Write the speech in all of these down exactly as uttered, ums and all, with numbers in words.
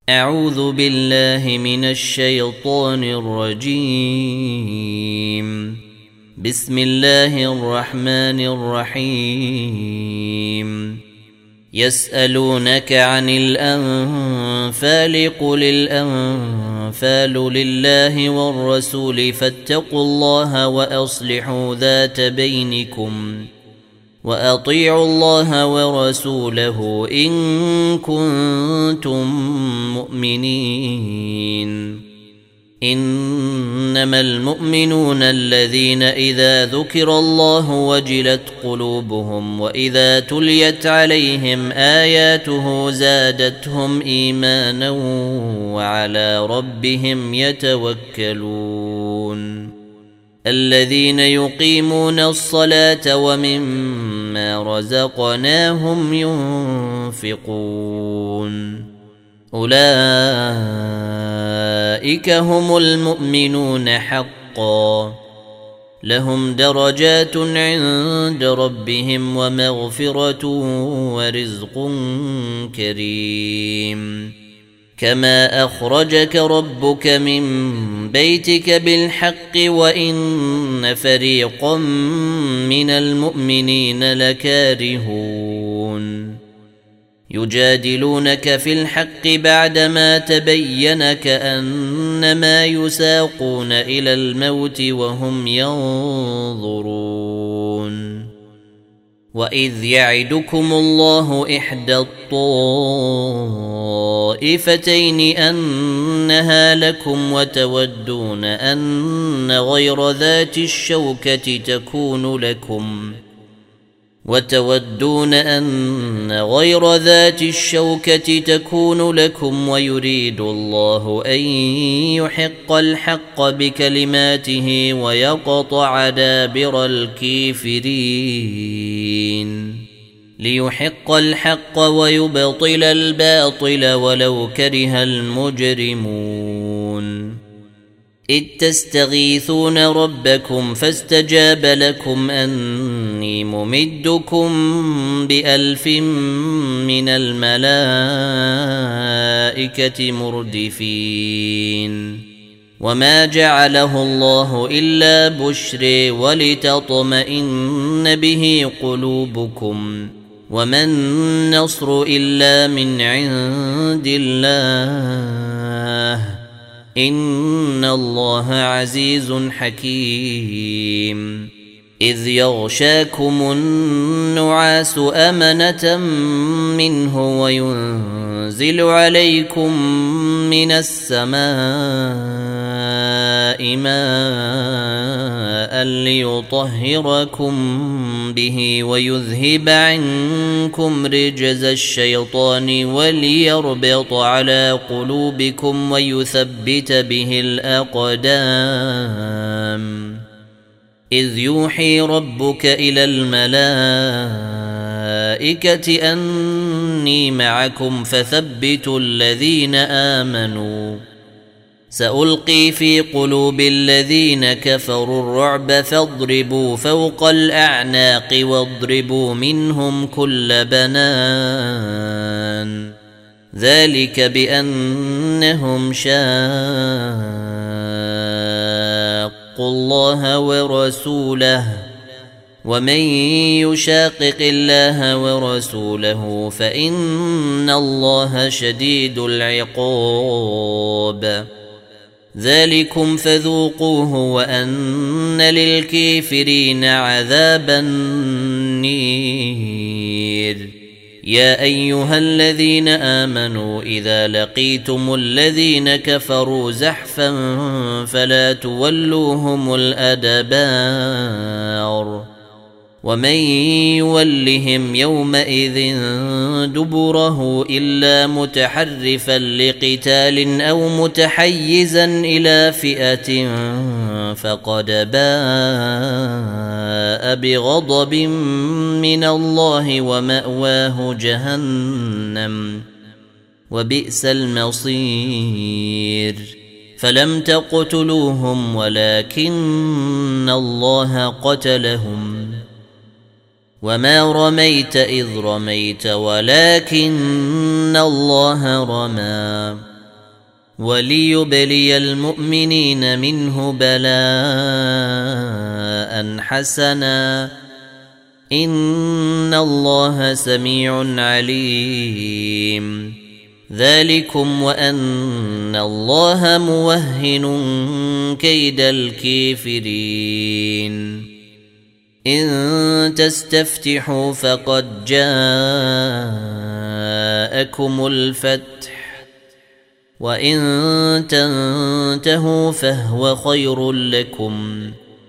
أعوذ بالله من الشيطان الرجيم. بسم الله الرحمن الرحيم. يسألونك عن الأنفال قل الأنفال لله والرسول فاتقوا الله وأصلحوا ذات بينكم وأطيعوا الله ورسوله إن كنتم مؤمنين. إنما المؤمنون الذين إذا ذكر الله وجلت قلوبهم وإذا تليت عليهم آياته زادتهم إيمانا وعلى ربهم يتوكلون. الذين يقيمون الصلاة ومما رزقناهم ينفقون أولئك هم المؤمنون حقا لهم درجات عند ربهم ومغفرة ورزق كريم. كما أخرجك ربك من بيتك بالحق وإن فريقا من المؤمنين لكارهون يجادلونك في الحق بعدما تبين كأنما يساقون إلى الموت وهم ينظرون. وإذ يعدكم الله إحدى الطائفتين أنها لكم وتودون أن غير ذات الشوكة تكون لكم وتودون أن غير ذات الشوكة تكون لكم ويريد الله أن يحق الحق بكلماته ويقطع دابر الكافرين ليحق الحق ويبطل الباطل ولو كره المجرمون. إذ تستغيثون ربكم فاستجاب لكم أني ممدكم بألف من الملائكة مردفين. وما جعله الله إلا بشر ولتطمئن به قلوبكم وما النصر إلا من عند الله إن الله عزيز حكيم. إذ يغشاكم النعاس أمنة منه وينزل عليكم من السماء ماء ليطهركم به ويذهب عنكم رجز الشيطان وليربط على قلوبكم ويثبت به الأقدام. إذ يوحي ربك إلى الملائكة أني معكم فثبتوا الذين آمنوا سألقي في قلوب الذين كفروا الرعب فاضربوا فوق الأعناق واضربوا منهم كل بنان. ذلك بأنهم شاقوا الله ورسوله ومن يشاقق الله ورسوله فإن الله شديد العقاب. ذلكم فذوقوه وأن للكافرين عذاب النير. يا أيها الذين آمنوا إذا لقيتم الذين كفروا زحفا فلا تولوهم الأدبار ومن يولهم يومئذ دبره إلا متحرفا لقتال أو متحيزا إلى فئة فقد باء بغضب من الله ومأواه جهنم وبئس المصير. فلم تقتلوهم ولكن الله قتلهم وما رميت إذ رميت ولكن الله رمى وليبلي المؤمنين منه بلاء حسنا إن الله سميع عليم. ذلكم وأن الله موهن كيد الكافرين. إن تستفتحوا فقد جاءكم الفتح وإن تنتهوا فهو خير لكم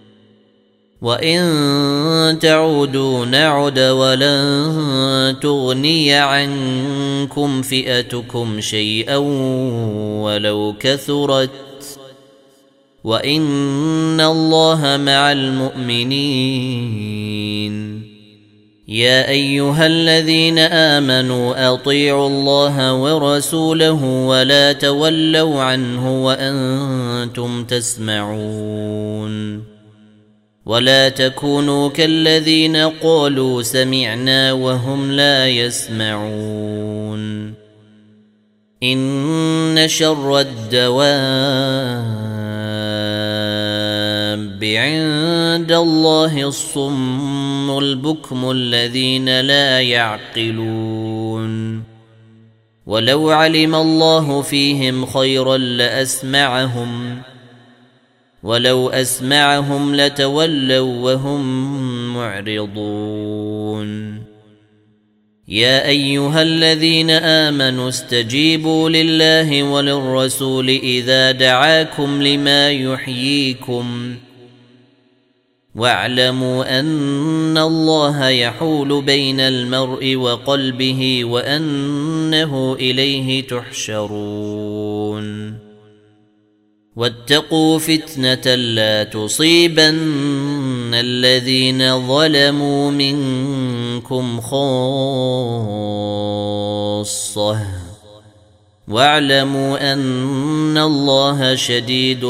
وإن تعودوا نعد ولن تغني عنكم فئتكم شيئا ولو كثرت وإن الله مع المؤمنين. يا أيها الذين آمنوا أطيعوا الله ورسوله ولا تولوا عنه وأنتم تسمعون. ولا تكونوا كالذين قالوا سمعنا وهم لا يسمعون. إن شر الدواب عند الله الصم البكم الذين لا يعقلون. ولو علم الله فيهم خيرا لأسمعهم ولو أسمعهم لتولوا وهم معرضون. يا أيها الذين آمنوا استجيبوا لله وللرسول إذا دعاكم لما يحييكم واعلموا أن الله يحول بين المرء وقلبه وأنه إليه تحشرون. واتقوا فتنة لا تصيبن الذين ظلموا منكم خاصة واعلموا أن الله شديد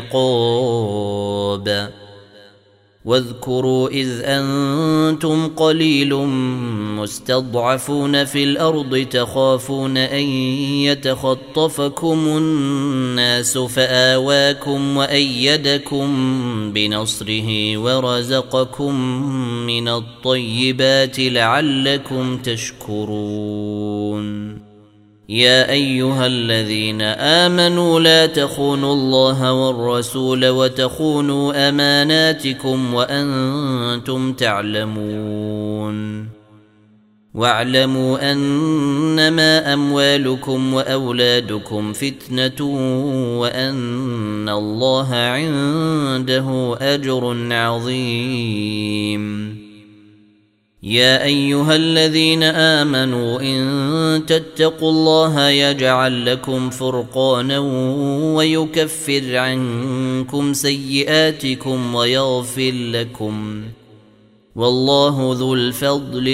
العقاب. واذكروا إذ أنتم قليل مستضعفون في الأرض تخافون أن يتخطفكم الناس فآواكم وأيدكم بنصره ورزقكم من الطيبات لعلكم تشكرون. يا أيها الذين آمنوا لا تخونوا الله والرسول وتخونوا أماناتكم وأنتم تعلمون. واعلموا أنما أموالكم وأولادكم فتنة وأن الله عنده أجر عظيم. يا أيها الذين آمنوا إن تتقوا الله يجعل لكم فرقانا ويكفر عنكم سيئاتكم ويغفر لكم والله ذو الفضل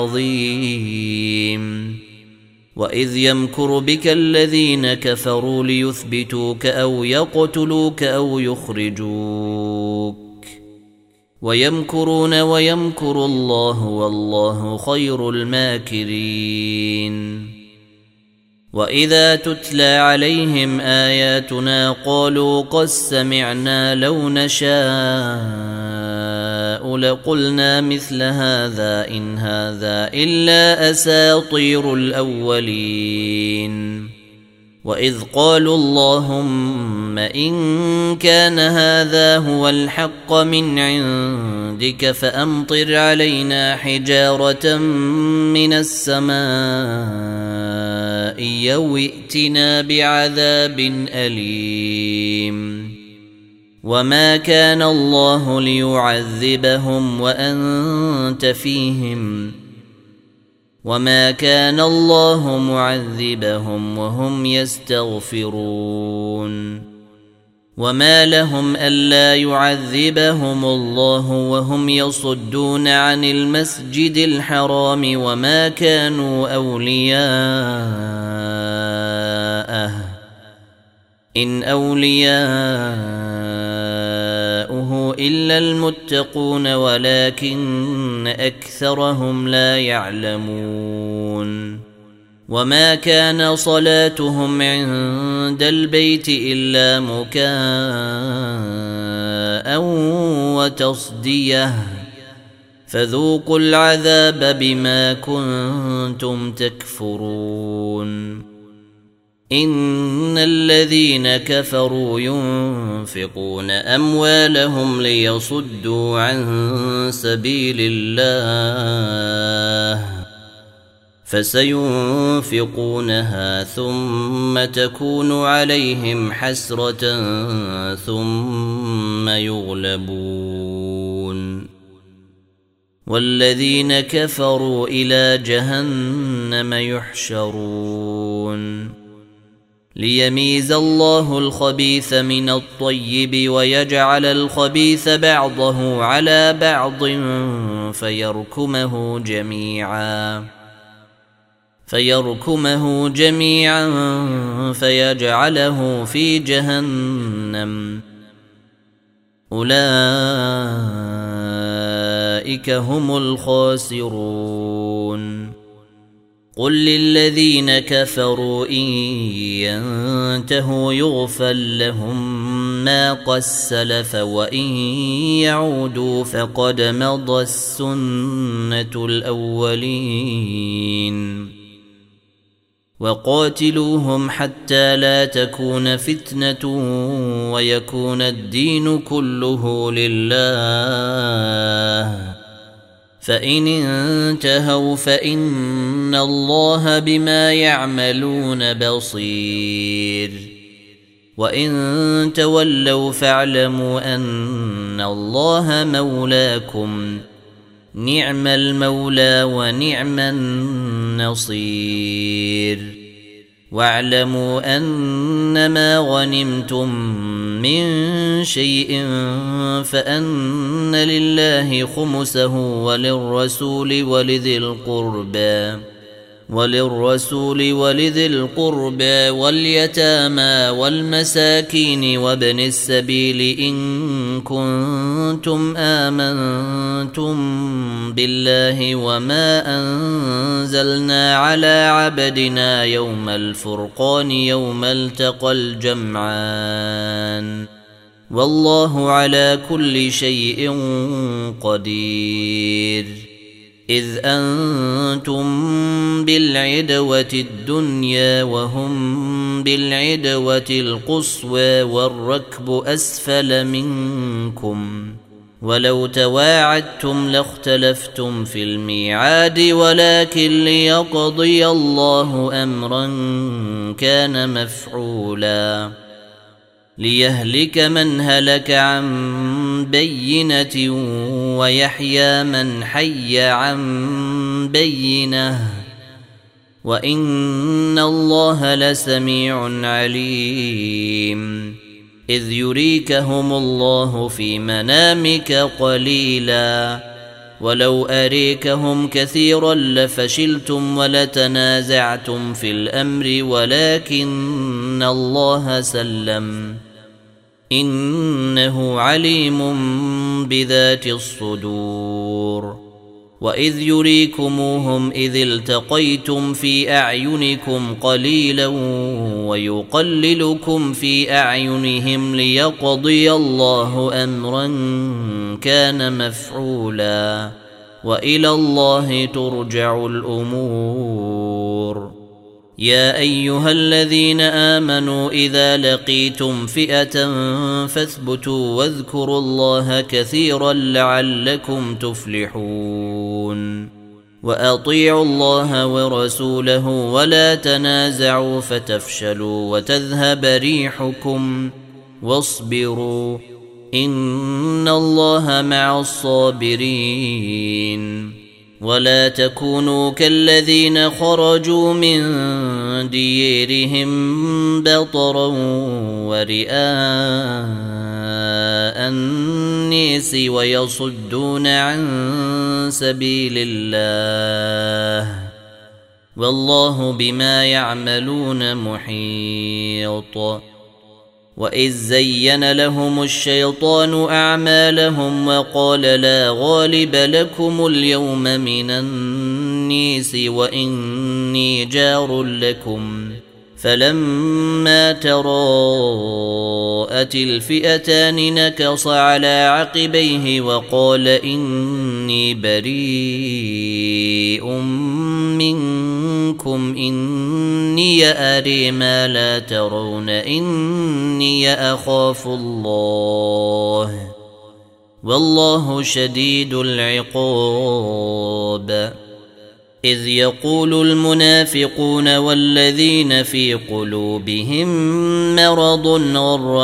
العظيم. وإذ يمكر بك الذين كفروا ليثبتوك أو يقتلوك أو يخرجوك ويمكرون ويمكر الله والله خير الماكرين. وإذا تتلى عليهم آياتنا قالوا قد سمعنا لو نشاء لقلنا مثل هذا إن هذا إلا أساطير الأولين. وإذ قالوا اللهم إن كان هذا هو الحق من عندك فأمطر علينا حجارة من السماء أو ائتنا بعذاب أليم. وما كان الله ليعذبهم وأنت فيهم وما كان الله معذبهم وهم يستغفرون. وما لهم ألا يعذبهم الله وهم يصدون عن المسجد الحرام وما كانوا أولياءه إن أولياؤه إلا المتقون ولكن أكثرهم لا يعلمون. وما كان صلاتهم عند البيت إلا مكاء وتصدية فذوقوا العذاب بما كنتم تكفرون إن الذين كفروا ينفقون أموالهم ليصدوا عن سبيل الله فسينفقونها ثم تكون عليهم حسرة ثم يغلبون والذين كفروا إلى جهنم يحشرون ليميز الله الخبيث من الطيب ويجعل الخبيث بعضه على بعض فيركمه جميعا فيركمه جميعا فيجعله في جهنم أولئك هم الخاسرون قل للذين كفروا إن ينتهوا يغفر لهم ما قد سلف وإن يعودوا فقد مضت سنة الأولين وقاتلوهم حتى لا تكون فتنة ويكون الدين كله لله فإن انتهوا فإن الله بما يعملون بصير وإن تولوا فاعلموا أن الله مولاكم نعم المولى ونعم النصير واعلموا أنما غنمتم من شيء فأن لله خمسه وللرسول ولذي القربى وللرسول ولذي القربى واليتامى والمساكين وابن السبيل إن كنتم آمنتم بالله وما أنزلنا على عبدنا يوم الفرقان يوم التقى الجمعان والله على كل شيء قدير إذ أنتم بالعدوة الدنيا وهم بالعدوة القصوى والركب أسفل منكم ولو تواعدتم لاختلفتم في الميعاد ولكن ليقضي الله أمرا كان مفعولا ليهلك من هلك عن بينة ويحيى من حي عن بينة وإن الله لسميع عليم إذ يريكهم الله في منامك قليلا ولو أريكهم كثيرا لفشلتم ولتنازعتم في الأمر ولكن الله سلم إنه عليم بذات الصدور وإذ يريكموهم إذ التقيتم في أعينكم قليلا ويقللكم في أعينهم ليقضي الله أمرا كان مفعولا وإلى الله ترجع الأمور يا أيها الذين آمنوا إذا لقيتم فئة فاثبتوا واذكروا الله كثيرا لعلكم تفلحون وأطيعوا الله ورسوله ولا تنازعوا فتفشلوا وتذهب ريحكم واصبروا إن الله مع الصابرين ولا تكونوا كالذين خرجوا من ديرهم بطرا ورئاء الناس ويصدون عن سبيل الله والله بما يعملون محيط وإذ زين لهم الشيطان أعمالهم وقال لا غالب لكم اليوم من الناس وإن إني جار لكم فلما تراءت الفئتان نكص على عقبيه وقال إني بريء منكم إني أري ما لا ترون إني أخاف الله والله شديد العقاب. إذ يقول المنافقون والذين في قلوبهم مرض غر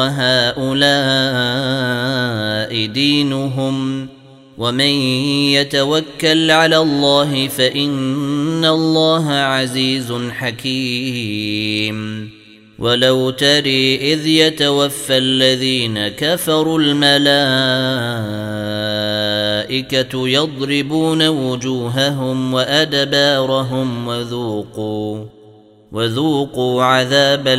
هؤلاء دينهم ومن يتوكل على الله فإن الله عزيز حكيم. ولو تري إذ يتوفى الذين كفروا الملائكة يضربون وجوههم وأدبارهم وذوقوا وذوقوا عذاب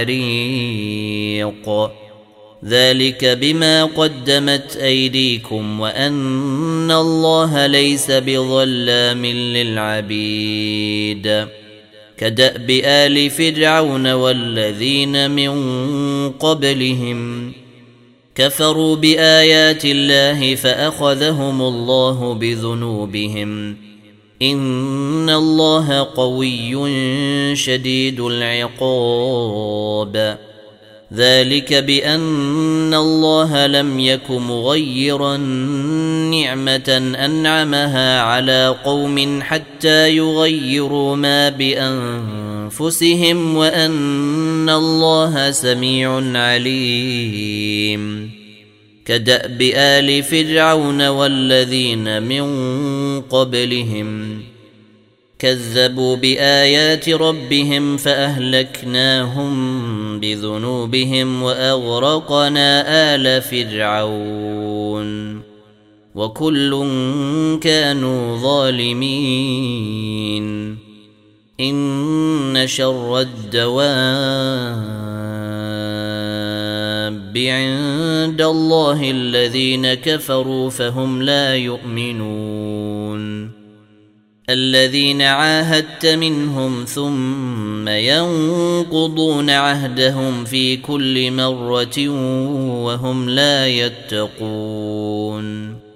الحريق ذلك بما قدمت أيديكم وأن الله ليس بظلام للعبيد. كدأب آل فرعون والذين من قبلهم كفروا بآيات الله فأخذهم الله بذنوبهم إن الله قوي شديد العقاب. ذلك بأن الله لم يك مغيرا نعمة أنعمها على قوم حتى يغيروا ما بأنفسهم وأن الله سميع عليم. كدأب آل فرعون والذين من قبلهم كذبوا بآيات ربهم فأهلكناهم بذنوبهم وأغرقنا آل فرعون وكل كانوا ظالمين. إن شر الدواب عند الله الذين كفروا فهم لا يؤمنون. الذين عاهدت منهم ثم ينقضون عهدهم في كل مرة وهم لا يتقون.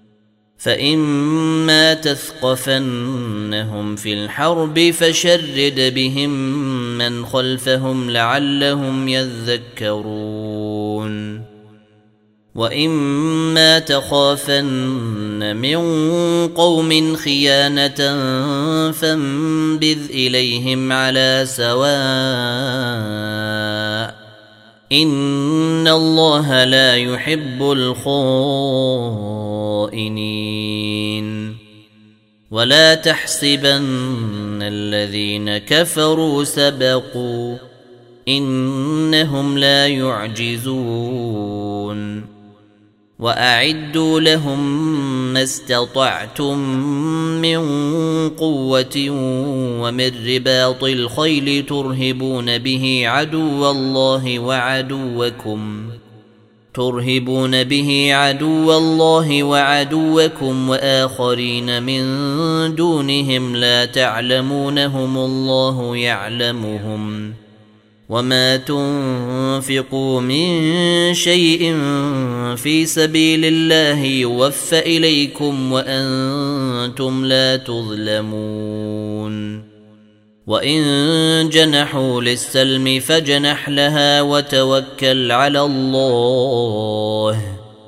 فإما تثقفنهم في الحرب فشرد بهم من خلفهم لعلهم يذكرون. وإما تخافن من قوم خيانة فانبذ إليهم على سواء إن الله لا يحب الخائنين. ولا تحسبن الذين كفروا سبقوا إنهم لا يعجزون. وأعدوا لهم ما استطعتم من قوة ومن رباط الخيل ترهبون به عدو الله وعدوكم ترهبون به عدو الله وعدوكم وآخرين من دونهم لا تعلمونهم الله يعلمهم. وما تنفقوا من شيء في سبيل الله يوفى إليكم وأنتم لا تظلمون. وإن جنحوا للسلم فجنح لها وتوكل على الله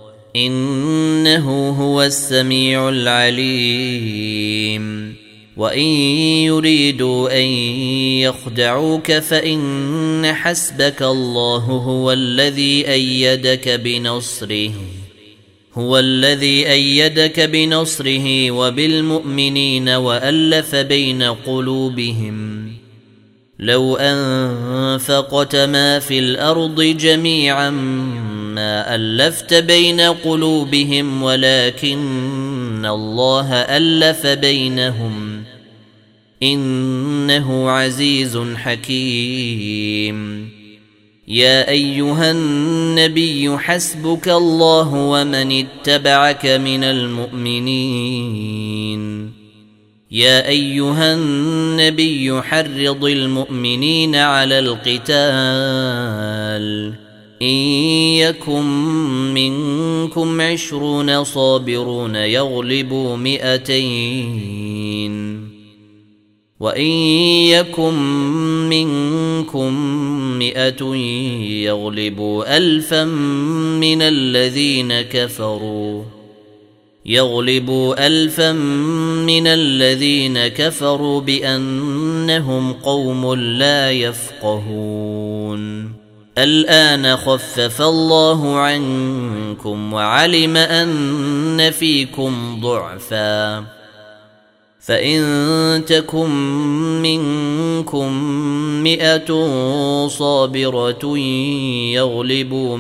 إنه هو السميع العليم. وإن يريدوا أن يخدعوك فإن حسبك الله هو الذي أيدك بنصره هو الذي أيدك بنصره وبالمؤمنين وألف بين قلوبهم. لو أنفقت ما في الأرض جميعا ما ألفت بين قلوبهم ولكن الله ألف بينهم إنه عزيز حكيم. يا أيها النبي حسبك الله ومن اتبعك من المؤمنين. يا أيها النبي حرض المؤمنين على القتال إن يكن منكم عشرون صابرون يغلبوا مئتين وإن يكن منكم مئة يغلبوا ألفا من الذين كفروا يغلبوا ألفا من الذين كفروا بأنهم قوم لا يفقهون الآن خفف الله عنكم وعلم أن فيكم ضعفا فإن تكن منكم مئة صابرة يغلبوا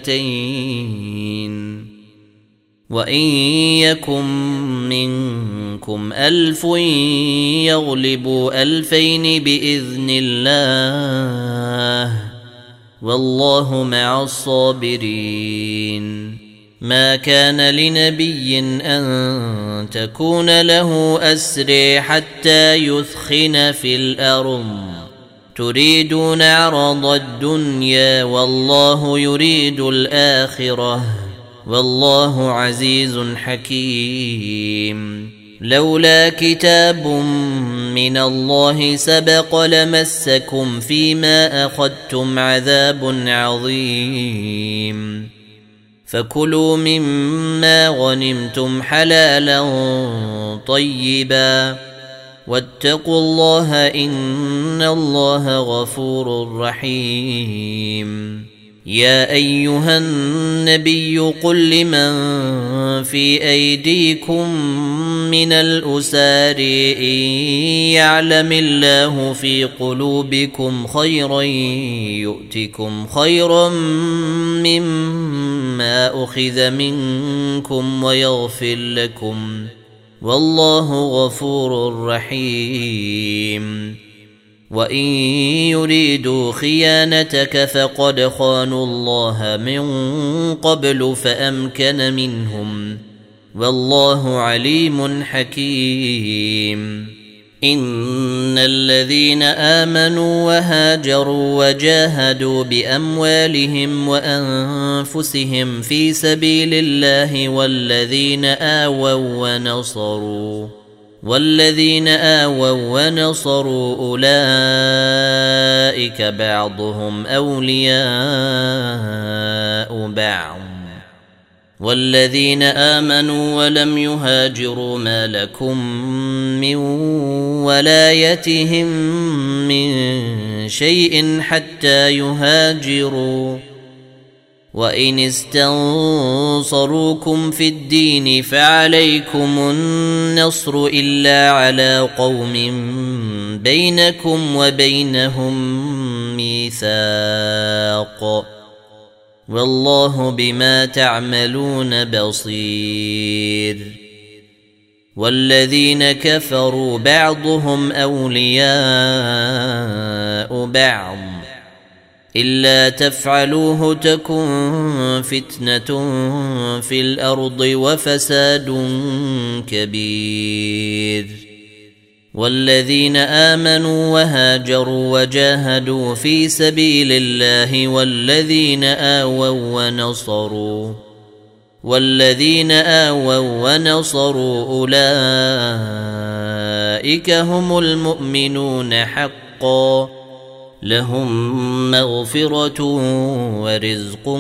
مئتين وإن يكن منكم ألف يغلبوا ألفين بإذن الله والله مع الصابرين ما كان لنبي أن تكون له أسرى حتى يثخن في الأرض تريدون عرض الدنيا والله يريد الآخرة والله عزيز حكيم لولا كتاب من الله سبق لمسكم فيما أخذتم عذاب عظيم فكلوا مما غنمتم حلالا طيبا واتقوا الله إن الله غفور رحيم يا أيها النبي قل لمن في أيديكم من الأسار إن يعلم الله في قلوبكم خيرا يؤتكم خيرا مما أخذ منكم ويغفر لكم والله غفور رحيم وإن يريدوا خيانتك فقد خانوا الله من قبل فأمكن منهم والله عليم حكيم إن الذين آمنوا وهاجروا وجاهدوا بأموالهم وأنفسهم في سبيل الله والذين آووا ونصروا والذين آووا ونصروا أولئك بعضهم أولياء بعض والذين آمنوا ولم يهاجروا ما لكم من ولايتهم من شيء حتى يهاجروا وإن استنصروكم في الدين فعليكم النصر إلا على قوم بينكم وبينهم ميثاق والله بما تعملون بصير والذين كفروا بعضهم أولياء بعض إلا تفعلوه تكن فتنة في الأرض وفساد كبير والذين آمنوا وهاجروا وجاهدوا في سبيل الله والذين آووا ونصروا والذين آووا ونصروا أولئك هم المؤمنون حقا لهم مغفرة ورزق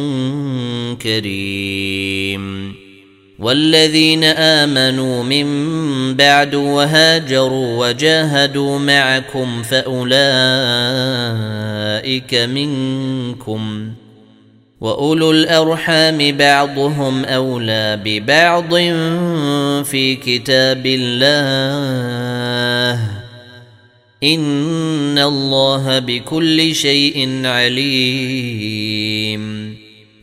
كريم والذين آمنوا من بعد وهاجروا وجاهدوا معكم فأولئك منكم وأولو الأرحام بعضهم أولى ببعض في كتاب الله إن الله بكل شيء عليم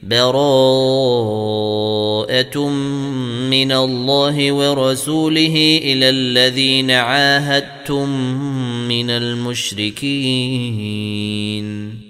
براءة من الله ورسوله إلى الذين عاهدتم من المشركين